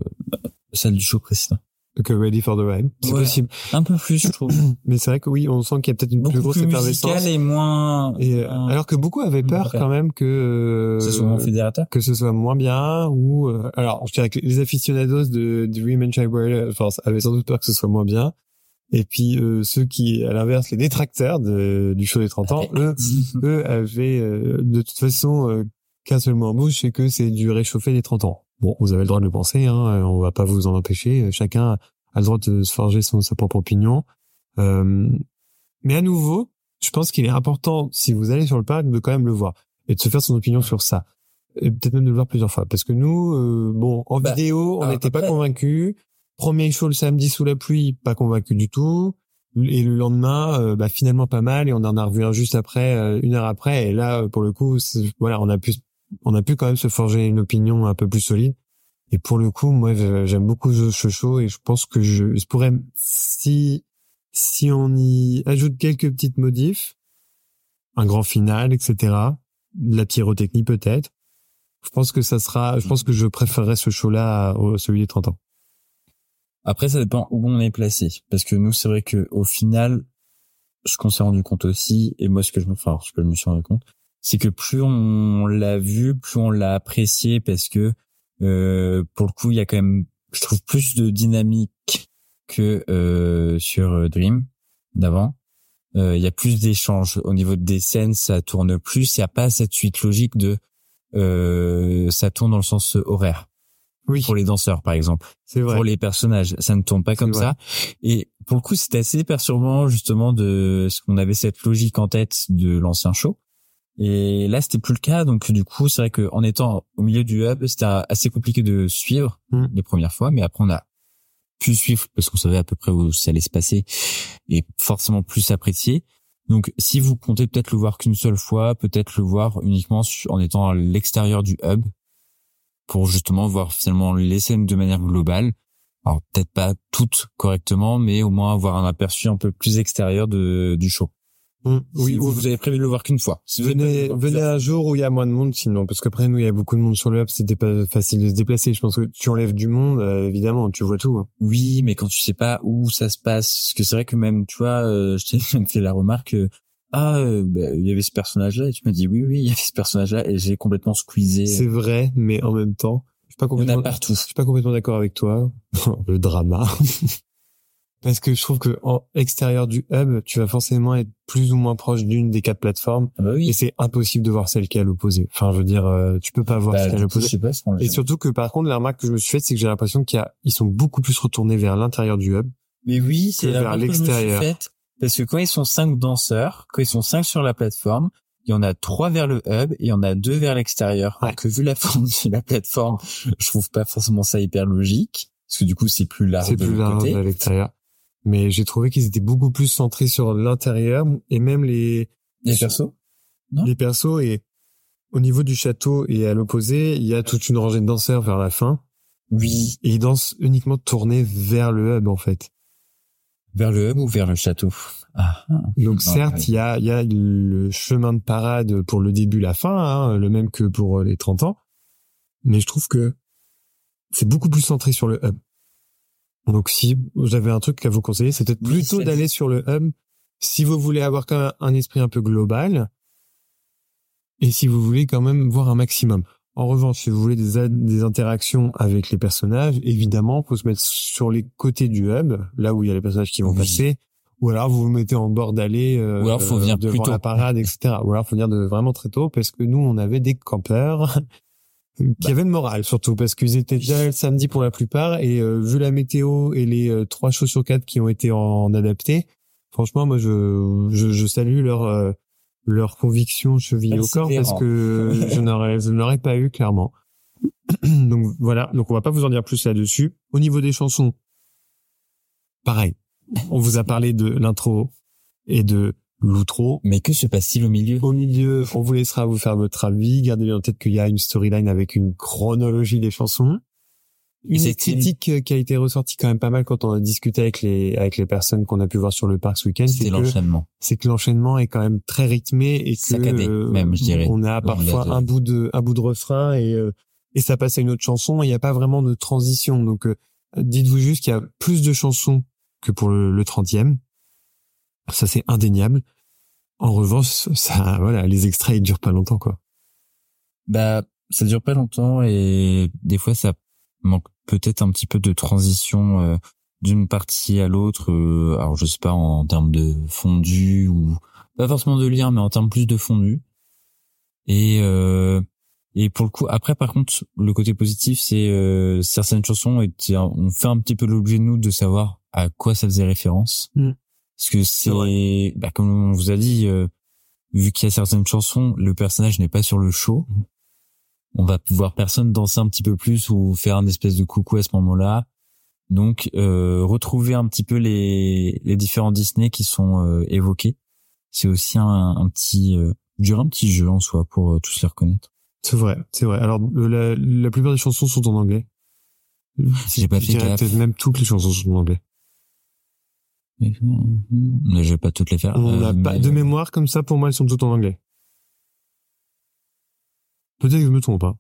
celle du show précédent. Que Ready for the Ride. C'est ouais, possible. Un peu plus, je trouve. Mais c'est vrai que oui, on sent qu'il y a peut-être une beaucoup plus grosse plus effervescence. Et moins, et euh, moins... alors que beaucoup avaient peur quand même que euh, ce soit moins fédérateur, que ce soit moins bien ou euh, alors je dirais que les aficionados de Dream and Shine enfin avaient sans doute peur que ce soit moins bien. Et puis euh, ceux qui, à l'inverse, les détracteurs de, du show des trente ans, eux, eux avaient euh, de toute façon euh, qu'un seul mot en bouche, c'est que c'est du réchauffé des trente ans. Bon, vous avez le droit de le penser, hein, on va pas vous en empêcher. Chacun a le droit de se forger son, sa propre opinion. Euh, mais à nouveau, je pense qu'il est important, si vous allez sur le parc, de quand même le voir et de se faire son opinion sur ça. Et peut-être même de le voir plusieurs fois. Parce que nous, euh, bon, en bah, vidéo, on n'était pas convaincus. Premier show le samedi sous la pluie, pas convaincu du tout. Et le lendemain, euh, bah finalement pas mal. Et on en a revu un juste après, euh, une heure après. Et là, pour le coup, voilà, on a pu, on a pu quand même se forger une opinion un peu plus solide. Et pour le coup, moi, j'aime beaucoup ce show et je pense que je, je pourrais, si, si on y ajoute quelques petites modifs, un grand final, et cetera, de la pyrotechnie peut-être, je pense que ça sera, je pense que je préférerais ce show-là à celui des trente ans. Après, ça dépend où on est placé. Parce que nous, c'est vrai que au final, ce qu'on s'est rendu compte aussi, et moi, ce que je me, enfin, ce que je me suis rendu compte, c'est que plus on l'a vu, plus on l'a apprécié parce que, euh, pour le coup, il y a quand même, je trouve, plus de dynamique que, euh, sur Dream d'avant. Euh, il y a plus d'échanges au niveau des scènes, ça tourne plus, il n'y a pas cette suite logique de, euh, ça tourne dans le sens horaire. Oui. Pour les danseurs, par exemple. C'est vrai. Pour les personnages, ça ne tourne pas comme ça. Et pour le coup, c'était assez perturbant, justement, de ce qu'on avait cette logique en tête de l'ancien show. Et là, c'était plus le cas. Donc, du coup, c'est vrai qu'en étant au milieu du hub, c'était assez compliqué de suivre mmh. les premières fois. Mais après, on a pu suivre parce qu'on savait à peu près où ça allait se passer et forcément plus apprécier. Donc, si vous comptez peut-être le voir qu'une seule fois, peut-être le voir uniquement en étant à l'extérieur du hub, pour justement voir finalement les scènes de manière globale. Alors peut-être pas toutes correctement, mais au moins avoir un aperçu un peu plus extérieur de du show. Mmh, oui, si vous, vous avez prévu de le voir qu'une fois. Si vous venez, venez un jour où il y a moins de monde, sinon, parce qu'après nous, il y a beaucoup de monde sur le hub, c'était pas facile de se déplacer. Je pense que tu enlèves du monde, euh, évidemment, tu vois tout. Hein. Oui, mais quand tu sais pas où ça se passe, parce que c'est vrai que même, tu vois, euh, je t'ai fait la remarque, euh, ah, euh, bah, il y avait ce personnage-là, et tu m'as dit oui, oui, il y avait ce personnage-là, et j'ai complètement squeezé. C'est vrai, mais en même temps, je suis pas complètement, il y en a partout. Je suis pas complètement d'accord avec toi. Le drama. Parce que je trouve que en extérieur du hub, tu vas forcément être plus ou moins proche d'une des quatre plateformes. Ah bah oui. Et c'est impossible de voir celle qui est à l'opposé. Enfin, je veux dire, euh, tu peux pas voir bah, celle qui est à l'opposé. Je sais pas, et surtout que par contre, la remarque que je me suis faite, c'est que j'ai l'impression qu'il y a, ils sont beaucoup plus retournés vers l'intérieur du hub. Mais oui, c'est la vers l'extérieur. Que je me suis faite. Parce que quand ils sont cinq danseurs, quand ils sont cinq sur la plateforme, il y en a trois vers le hub et il y en a deux vers l'extérieur. Ouais. Que vu la forme de la plateforme, je trouve pas forcément ça hyper logique. Parce que du coup, c'est plus large c'est de plus large côté. à l'extérieur. Mais j'ai trouvé qu'ils étaient beaucoup plus centrés sur l'intérieur et même les les persos. Non les persos et au niveau du château et à l'opposé, il y a toute une rangée de danseurs vers la fin. Oui. Et ils dansent uniquement tournés vers le hub en fait. Vers le hub ou vers le château? Ah. Donc non, certes, il y a il y a le chemin de parade pour le début, la fin, hein, le même que pour les trente ans. Mais je trouve que c'est beaucoup plus centré sur le hub. Donc si j'avais un truc à vous conseiller, c'est peut-être oui, plutôt c'est... d'aller sur le hub si vous voulez avoir quand même un esprit un peu global et si vous voulez quand même voir un maximum. En revanche, si vous voulez des, a- des interactions avec les personnages, évidemment, faut se mettre sur les côtés du hub, là où il y a les personnages qui vont oui. passer, ou alors vous vous mettez en bord d'allée euh, ou alors faut venir devant plus tôt. la parade, et cetera. Ou alors faut venir de vraiment très tôt parce que nous, on avait des campeurs qui bah. avaient le moral surtout parce qu'ils étaient déjà le samedi pour la plupart et euh, vu la météo et les euh, trois shows sur quatre qui ont été en, en adapté, franchement, moi je je, je salue leur euh, leur conviction chevillée au corps parce que je n'aurais je n'aurais pas eu clairement. Donc voilà, donc on va pas vous en dire plus là-dessus. Au niveau des chansons, pareil. On vous a parlé de l'intro et de l'outro. Mais que se passe-t-il au milieu? Au milieu, on vous laissera vous faire votre avis. Gardez bien en tête qu'il y a une storyline avec une chronologie des chansons. Une c'est esthétique une... qui a été ressortie quand même pas mal quand on a discuté avec les avec les personnes qu'on a pu voir sur le parc ce week-end. C'est, c'est l'enchaînement. C'est que l'enchaînement est quand même très rythmé et que saccadé, euh, même, je dirais. On a parfois un bout de un bout de refrain et euh, et ça passe à une autre chanson. Il n'y a pas vraiment de transition. Donc euh, dites-vous juste qu'il y a plus de chansons que pour le, le trentième. Ça c'est indéniable. En revanche, ça, voilà, les extraits ils durent pas longtemps quoi. Bah, ça dure pas longtemps et des fois ça manque peut-être un petit peu de transition euh, d'une partie à l'autre. Euh, alors je sais pas en termes de fondu ou pas forcément de lien, mais en termes plus de fondu. Et euh, et pour le coup, après par contre, le côté positif, c'est euh, certaines chansons étaient, on fait un petit peu l'objet de nous de savoir à quoi ça faisait référence. Mm. Parce que c'est, bah, comme on vous a dit, euh, vu qu'il y a certaines chansons, le personnage n'est pas sur le show. On va voir personne danser un petit peu plus ou faire un espèce de coucou à ce moment-là. Donc, euh, retrouver un petit peu les, les différents Disney qui sont euh, évoqués. C'est aussi un, un petit, euh, je dirais un petit jeu en soi pour euh, tous les reconnaître. C'est vrai, c'est vrai. Alors, la, la plupart des chansons sont en anglais. J'ai pas fait gaffe. Peut-être même toutes les chansons sont en anglais. Mais je vais pas toutes les faire. On euh, a pas mais... de mémoire comme ça. Pour moi, elles sont toutes en anglais. Peut-être que je me trompe pas.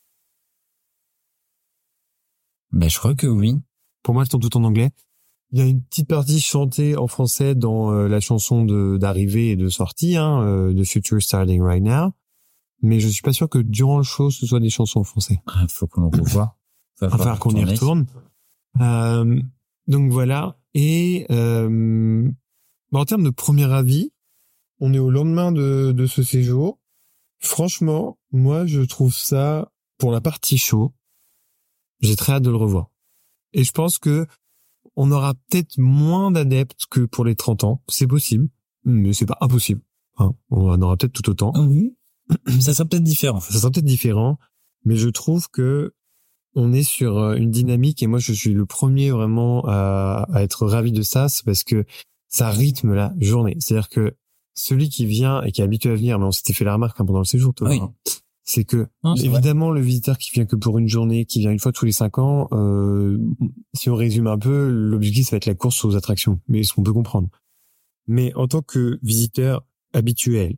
Bah, je crois que oui. Pour moi, elles sont toutes en anglais. Il y a une petite partie chantée en français dans euh, la chanson de d'arrivée et de sortie, hein, euh, de Future Starting Right Now. Mais je suis pas sûr que durant le show, ce soit des chansons en français. Il faut qu'on le revoie. Il va falloir qu'on y retourne. Euh, donc voilà. Et euh, bah en termes de premier avis, on est au lendemain de, de ce séjour. Franchement, moi, je trouve ça, pour la partie show, j'ai très hâte de le revoir. Et je pense que on aura peut-être moins d'adeptes que pour les trente ans. C'est possible, mais c'est pas impossible. Hein, on en aura peut-être tout autant. Oui. Ça sera peut-être différent. Ça sera peut-être différent, mais je trouve que on est sur une dynamique et moi je suis le premier vraiment à, à être ravi de ça, c'est parce que ça rythme la journée. C'est-à-dire que celui qui vient et qui est habitué à venir, mais on s'était fait la remarque hein, pendant le séjour, toi, oui. hein, c'est que non, c'est évidemment vrai. Le visiteur qui vient que pour une journée, qui vient une fois tous les cinq ans, euh, si on résume un peu, l'objectif ça va être la course aux attractions, mais ce qu'on peut comprendre. Mais en tant que visiteur habituel.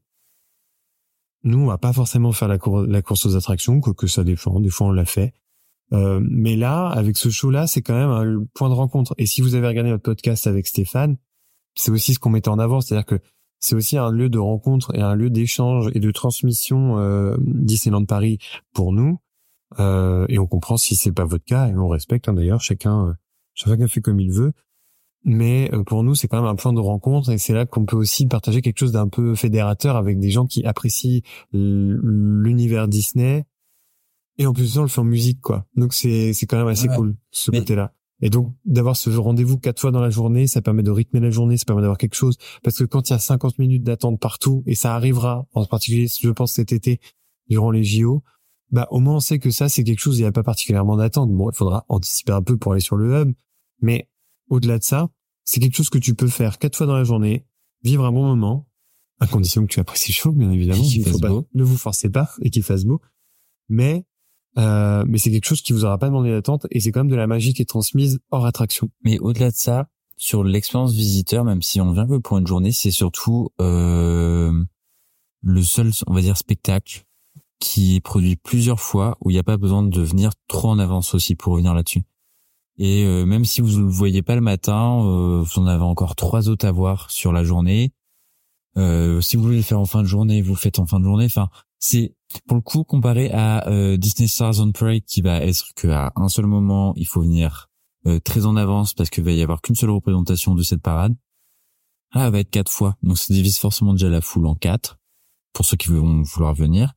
Nous, on va pas forcément faire la, cour- la course aux attractions, quoique ça dépend. Des fois, on l'a fait. Euh, mais là, avec ce show-là, c'est quand même un point de rencontre. Et si vous avez regardé notre podcast avec Stéphane, c'est aussi ce qu'on mettait en avant. C'est-à-dire que c'est aussi un lieu de rencontre et un lieu d'échange et de transmission euh, Disneyland Paris pour nous. Euh, et on comprend si c'est pas votre cas et on respecte. Hein, d'ailleurs, chacun, euh, chacun fait comme il veut. Mais euh, pour nous, c'est quand même un point de rencontre et c'est là qu'on peut aussi partager quelque chose d'un peu fédérateur avec des gens qui apprécient l'univers Disney et en plus de ça, on le fait en musique, quoi. Donc c'est c'est quand même assez ouais. cool ce Mais... côté-là. Et donc d'avoir ce rendez-vous quatre fois dans la journée, ça permet de rythmer la journée, ça permet d'avoir quelque chose. Parce que quand il y a cinquante minutes d'attente partout et ça arrivera, en particulier, je pense cet été durant les J O, bah au moins on sait que ça c'est quelque chose, il n'y a pas particulièrement d'attente. Bon, il faudra anticiper un peu pour aller sur le hub, mais au-delà de ça, c'est quelque chose que tu peux faire quatre fois dans la journée, vivre un bon moment, à condition que tu apprécies le show, bien évidemment. Il faut pas, ne vous forcez pas et qu'il fasse beau. Mais, euh, mais c'est quelque chose qui vous aura pas demandé d'attente et c'est quand même de la magie qui est transmise hors attraction. Mais au-delà de ça, sur l'expérience visiteur, même si on vient que pour une journée, c'est surtout, euh, le seul, on va dire, spectacle qui est produit plusieurs fois où il n'y a pas besoin de venir trop en avance aussi pour revenir là-dessus. Et euh, même si vous ne le voyez pas le matin, euh, vous en avez encore trois autres à voir sur la journée. Euh, si vous voulez le faire en fin de journée, vous le faites en fin de journée. Enfin, c'est pour le coup comparé à euh, Disney Stars on Parade qui va être qu'à un seul moment, il faut venir euh, très en avance parce qu'il va y avoir qu'une seule représentation de cette parade. Là, elle va être quatre fois, donc ça divise forcément déjà la foule en quatre pour ceux qui vont vouloir venir.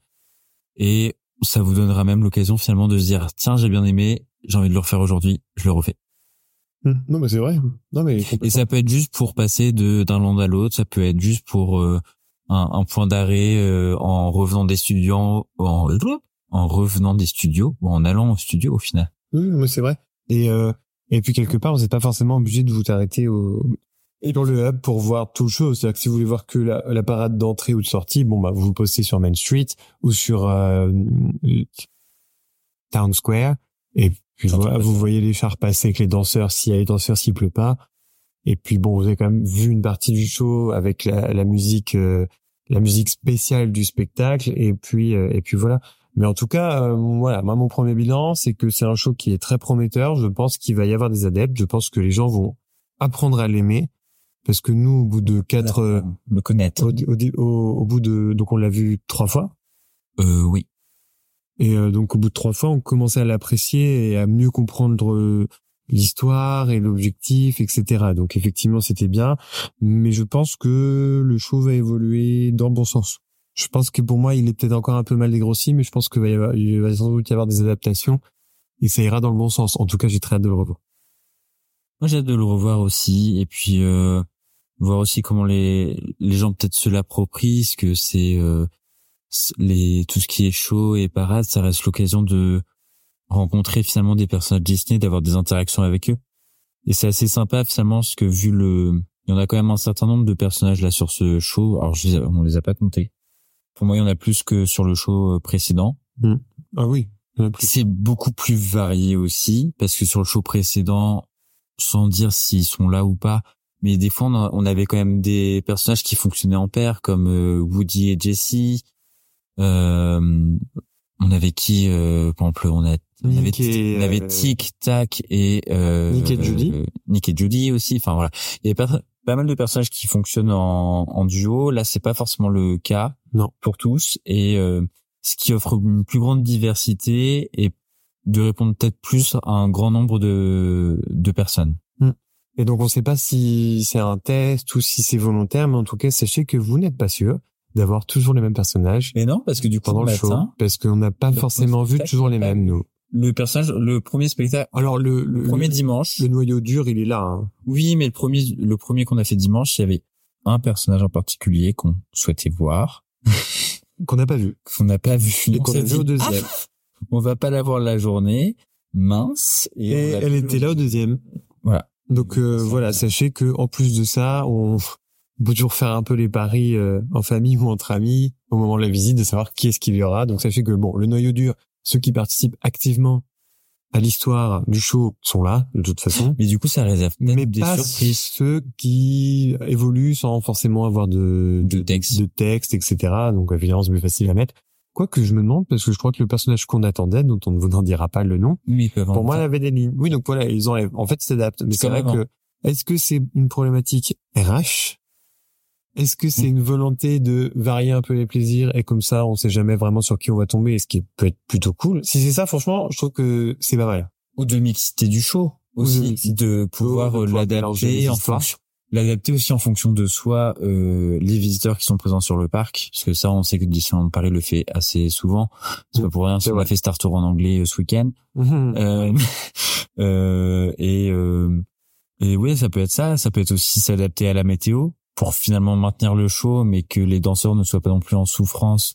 Et ça vous donnera même l'occasion finalement de se dire tiens, j'ai bien aimé. J'ai envie de le refaire aujourd'hui, je le refais. Non mais c'est vrai. Non mais et ça peut être juste pour passer de d'un land à l'autre, ça peut être juste pour euh, un, un point d'arrêt euh, en revenant des studios, en, en revenant des studios ou en allant au studio au final. Oui, mais c'est vrai. Et euh, et puis quelque part, vous n'êtes pas forcément obligé de vous arrêter au dans le hub pour voir tout le show. C'est-à-dire que si vous voulez voir que la, la parade d'entrée ou de sortie, bon bah vous vous postez sur Main Street ou sur euh, Town Square. Et puis voilà, vous voyez les chars passer avec les danseurs, s'il y a les danseurs, s'il pleut pas. Et puis bon, vous avez quand même vu une partie du show avec la, la musique, euh, la musique spéciale du spectacle. Et puis, euh, et puis voilà. Mais en tout cas, euh, voilà, moi mon premier bilan, c'est que c'est un show qui est très prometteur. Je pense qu'il va y avoir des adeptes. Je pense que les gens vont apprendre à l'aimer, parce que nous, au bout de quatre, euh, le connaître, au, au, au, au bout de, donc on l'a vu trois fois. Euh, oui. Et euh, donc au bout de trois fois, on commençait à l'apprécier et à mieux comprendre euh, l'histoire et l'objectif, et cetera. Donc effectivement, c'était bien, mais je pense que le show va évoluer dans le bon sens. Je pense que pour moi, il est peut-être encore un peu mal dégrossi, mais je pense qu'il va y avoir, il va sans doute y avoir des adaptations et ça ira dans le bon sens. En tout cas, j'ai très hâte de le revoir. Moi, j'ai hâte de le revoir aussi, et puis euh, voir aussi comment les les gens peut-être se l'approprient, ce que c'est. Euh, les tout ce qui est show et parade, ça reste l'occasion de rencontrer finalement des personnages Disney, d'avoir des interactions avec eux. Et c'est assez sympa finalement parce que vu le, il y en a quand même un certain nombre de personnages là sur ce show. Alors je les, on les a pas comptés. Pour moi, il y en a plus que sur le show précédent. Mmh. Ah oui. C'est beaucoup plus varié aussi parce que sur le show précédent, sans dire s'ils sont là ou pas, mais des fois on avait quand même des personnages qui fonctionnaient en paire comme Woody et Jessie. Euh, on avait qui, euh, par exemple, on, a, on avait, et, on avait euh, Tic Tac et euh, Nick et Judy. Euh, Nick et Judy aussi. Enfin voilà, il y a pas, pas mal de personnages qui fonctionnent en, en duo. Là, c'est pas forcément le cas non. pour tous, et euh, ce qui offre une plus grande diversité et de répondre peut-être plus à un grand nombre de de personnes. Et donc, on ne sait pas si c'est un test ou si c'est volontaire, mais en tout cas, sachez que vous n'êtes pas sûr d'avoir toujours les mêmes personnages. Mais non, parce que du coup, pendant le show, parce qu'on n'a pas forcément vu toujours les mêmes, nous. Le personnage, le premier spectacle. Alors, le, le, le premier le, dimanche. Le noyau dur, il est là, hein. Oui, mais le premier, le premier qu'on a fait dimanche, il y avait un personnage en particulier qu'on souhaitait voir. Qu'on n'a pas vu. Qu'on n'a pas vu. Et qu'on a vu au deuxième. Ah, on va pas la voir la journée. Mince. Et, et elle était là au deuxième. Voilà. Donc, euh, voilà, sachez que, en plus de ça, on, on peut toujours faire un peu les paris euh, en famille ou entre amis au moment de la visite, de savoir qui est-ce qu'il y aura. Donc sachez que bon, le noyau dur, ceux qui participent activement, à l'histoire du show sont là, de toute façon. Mais du coup, ça réserve mais des pas surprises. ceux qui évoluent sans forcément avoir de, De texte. de texte, et cetera. Donc, évidemment, c'est plus facile à mettre. Quoique, je me demande, parce que je crois que le personnage qu'on attendait, dont on ne vous en dira pas le nom, Mais ils peuvent pour en moi, il faire. avait des lignes. Oui, donc voilà, ils enlèvent. En fait, ils s'adaptent. Mais C'est c'est vrai comme avant. que, est-ce que c'est une problématique R H? Est-ce que c'est Mm. une volonté de varier un peu les plaisirs et comme ça, on sait jamais vraiment sur qui on va tomber, et ce qui peut être plutôt cool. Si c'est ça, franchement, je trouve que c'est pas mal. Ou de mixité du show Ou de aussi, mixité de pouvoir de euh, pouvoir mélanger les l'adapter en histoires. fonction, l'adapter aussi en fonction de soit euh, les visiteurs qui sont présents sur le parc, parce que ça, on sait que Disneyland Paris le fait assez souvent. C'est Mm. pas pour rien, C'est on vrai. a fait Star Tour en anglais euh, ce week-end. Mhm. Euh, euh, et euh, et oui, ça peut être ça. Ça peut être aussi s'adapter à la météo pour finalement maintenir le show, mais que les danseurs ne soient pas non plus en souffrance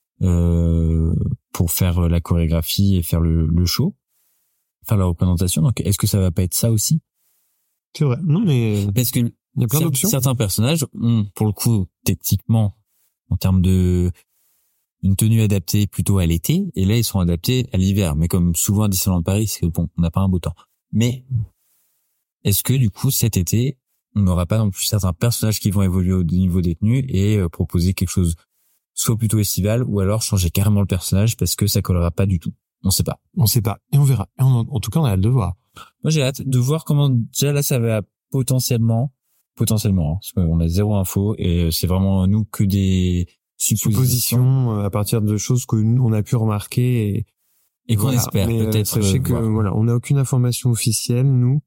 euh, pour faire la chorégraphie et faire le, le show, faire la représentation. Donc, est-ce que ça va pas être ça aussi? C'est vrai. Non, mais Parce que il y a plein cer- d'options. certains personnages ont, pour le coup, techniquement, en termes de une tenue adaptée plutôt à l'été, et là ils sont adaptés à l'hiver. Mais comme souvent à Disneyland Paris, c'est que bon, on n'a pas un beau temps. Mais est-ce que du coup cet été, on n'aura pas non plus certains personnages qui vont évoluer au niveau des tenues et euh, proposer quelque chose soit plutôt estival, ou alors changer carrément le personnage parce que ça collera pas du tout. On sait pas. On sait pas. Et on verra. Et on, en tout cas, on a hâte de voir. Moi j'ai hâte de voir comment déjà là ça va potentiellement, potentiellement, hein, parce qu'on a zéro info et c'est vraiment nous que des suppositions. Suppositions euh, à partir de choses que nous, on a pu remarquer et, Et qu'on voilà. espère Mais, euh, peut-être Sachez euh, que voir. voilà, on n'a aucune information officielle, nous.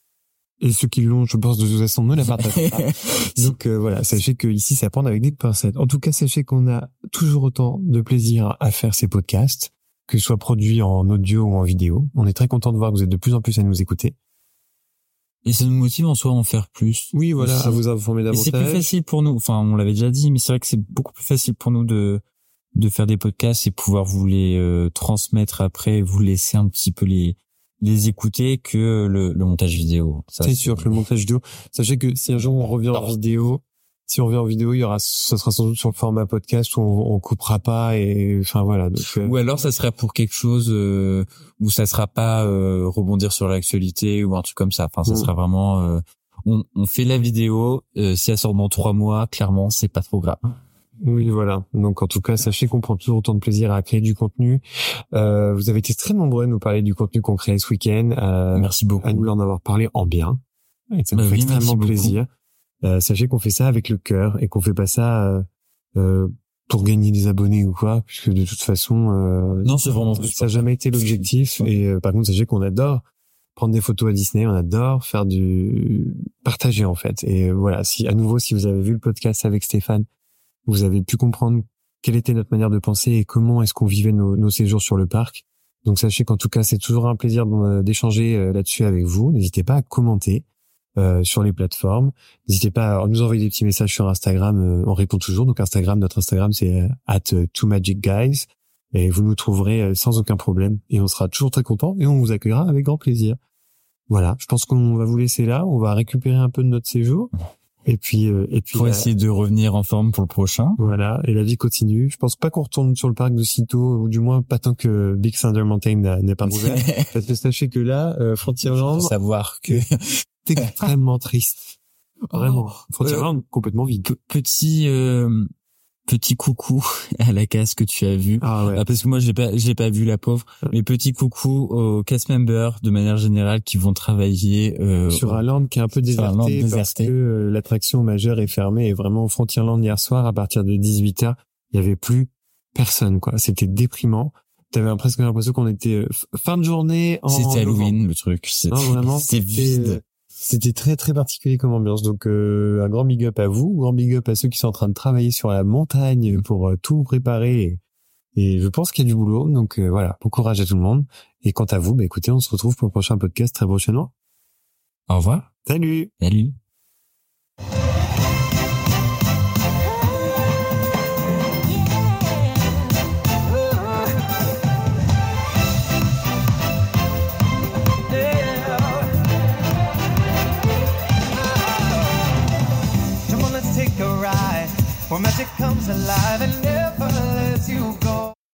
Et ceux qui l'ont, je pense, de toute façon, ne la partagent pas. Donc euh, voilà, sachez que ici, ça prend avec des pincettes. En tout cas, sachez qu'on a toujours autant de plaisir à faire ces podcasts, que ce soit produits en audio ou en vidéo. On est très content de voir que vous êtes de plus en plus à nous écouter. Et ça nous motive en soi à en faire plus. Oui, voilà, aussi. à vous informer Et davantage. c'est plus facile pour nous. Enfin, on l'avait déjà dit, mais c'est vrai que c'est beaucoup plus facile pour nous de de faire des podcasts et pouvoir vous les euh, transmettre après, vous laisser un petit peu les les écouter que le, le montage vidéo. Ça, C'est sûr que le montage vidéo, sachez que si un jour on revient en vidéo, si on revient en vidéo, il y aura, ce sera sans doute sur le format podcast où on, on coupera pas et, enfin voilà. Donc, euh, Ou alors ça serait pour quelque chose euh, où ça sera pas euh, rebondir sur l'actualité ou un truc comme ça. Enfin, ça Mm. sera vraiment. Euh, on, on fait la vidéo. Euh, si elle sort dans trois mois, clairement, c'est pas trop grave. oui, voilà. Donc en tout cas, sachez qu'on prend toujours autant de plaisir à créer du contenu. Euh, vous avez été très nombreux à nous parler du contenu qu'on crée ce week-end, euh, Merci beaucoup. à nous en avoir parlé en bien. Et ça nous Bah fait oui, merci extrêmement beaucoup. plaisir. Euh, sachez qu'on fait ça avec le cœur et qu'on fait pas ça euh, euh, pour gagner des abonnés ou quoi, puisque de toute façon, euh, Non, c'est vraiment plus ça n'a jamais été l'objectif. Et euh, par contre, sachez qu'on adore prendre des photos à Disney, on adore faire du partager en fait. Et euh, voilà, si à nouveau, si vous avez vu le podcast avec Stéphane, vous avez pu comprendre quelle était notre manière de penser et comment est-ce qu'on vivait nos, nos séjours sur le parc. Donc sachez qu'en tout cas, c'est toujours un plaisir d'échanger euh, là-dessus avec vous. N'hésitez pas à commenter euh, sur les plateformes. N'hésitez pas à nous envoyer des petits messages sur Instagram. Euh, on répond toujours. Donc Instagram, notre Instagram, c'est euh, at two magic guys. Et vous nous trouverez euh, sans aucun problème. Et on sera toujours très contents et on vous accueillera avec grand plaisir. Voilà, je pense qu'on va vous laisser là. On va récupérer un peu de notre séjour. Et puis, euh, et puis, Pour euh, essayer de revenir en forme pour le prochain. voilà, et la vie continue. Je pense pas qu'on retourne sur le parc de sitôt, ou du moins pas tant que Big Thunder Mountain n'est pas ouvert. Parce que sachez que là, euh, Frontierland, Faut savoir que c'est extrêmement triste. Vraiment. Frontierland, complètement vide. Pe- petit euh, petit coucou à la casse que tu as vu. Ah ouais. Ah, parce que moi j'ai pas j'ai pas vu la pauvre, mais petit coucou aux cast members de manière générale qui vont travailler euh, Sur au- un land qui est un peu sur un land déserté, parce déserté. que euh, l'attraction majeure est fermée et vraiment Frontierland hier soir à partir de dix-huit heures, il y avait plus personne quoi. C'était déprimant. T'avais presque l'impression qu'on était euh, f- fin de journée en C'était novembre. Halloween le truc. C'était Non, vraiment, c'était c'était, vide. euh, C'était très très particulier comme ambiance. Donc euh, un grand big up à vous, grand big up à ceux qui sont en train de travailler sur la montagne pour euh, tout préparer. Et, et je pense qu'il y a du boulot. Donc euh, voilà, bon courage à tout le monde. Et quant à vous, bah écoutez, on se retrouve pour le prochain podcast très prochainement. Au revoir. Salut. Salut. Come on, let's take a ride where magic comes alive and never lets you go.